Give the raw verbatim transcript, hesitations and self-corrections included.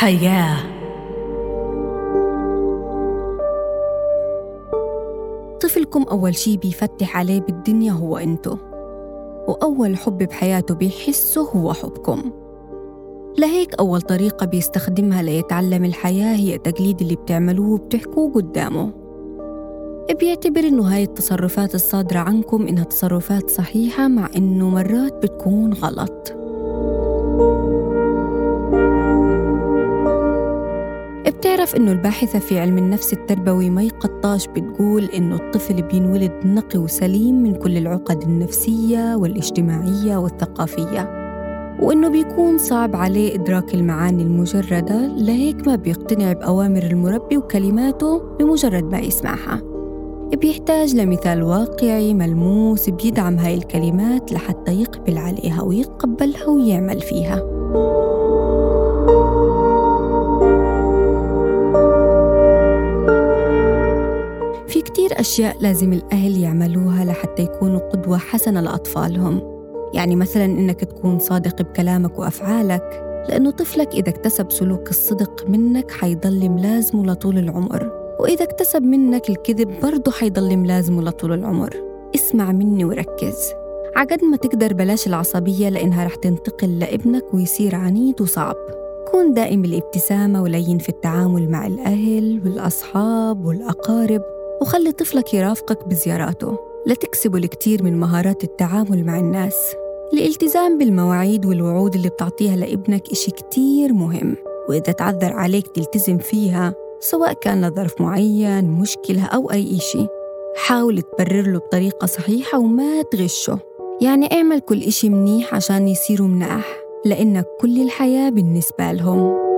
حياة. طفلكم أول شي بيفتح عليه بالدنيا هو أنتو، وأول حب بحياته بيحسه هو حبكم. لهيك أول طريقة بيستخدمها ليتعلم الحياة هي تقليد اللي بتعملوه وبتحكوه قدامه. بيعتبر إنه هاي التصرفات الصادرة عنكم إنها تصرفات صحيحة، مع إنه مرات بتكون غلط. بتعرف إنه الباحثة في علم النفس التربوي مي قطاش بتقول إنه الطفل بينولد نقي وسليم من كل العقد النفسية والاجتماعية والثقافية، وإنه بيكون صعب عليه إدراك المعاني المجردة، لهيك ما بيقتنع بأوامر المربي وكلماته بمجرد ما يسمعها. بيحتاج لمثال واقعي ملموس بيدعم هاي الكلمات لحتى يقبل عليها ويتقبلها ويعمل فيها. في كتير أشياء لازم الأهل يعملوها لحتى يكونوا قدوة حسنة لأطفالهم. يعني مثلاً إنك تكون صادق بكلامك وأفعالك، لأنه طفلك إذا اكتسب سلوك الصدق منك حيضل ملازمه لطول العمر، وإذا اكتسب منك الكذب برضو حيضل ملازمه لطول العمر. اسمع مني وركز عقد ما تقدر، بلاش العصبية لأنها رح تنتقل لابنك ويصير عنيد وصعب. كون دائم الابتسامة ولين في التعامل مع الأهل والأصحاب والأقارب، وخلي طفلك يرافقك بزياراته لتكسبه الكثير من مهارات التعامل مع الناس. الالتزام بالمواعيد والوعود اللي بتعطيها لابنك إشي كتير مهم، وإذا تعذر عليك تلتزم فيها سواء كان لظرف معين، مشكلة أو أي إشي، حاول تبرر له بطريقة صحيحة وما تغشه. يعني اعمل كل إشي منيح عشان يصيروا مناح، لأنك كل الحياة بالنسبة لهم.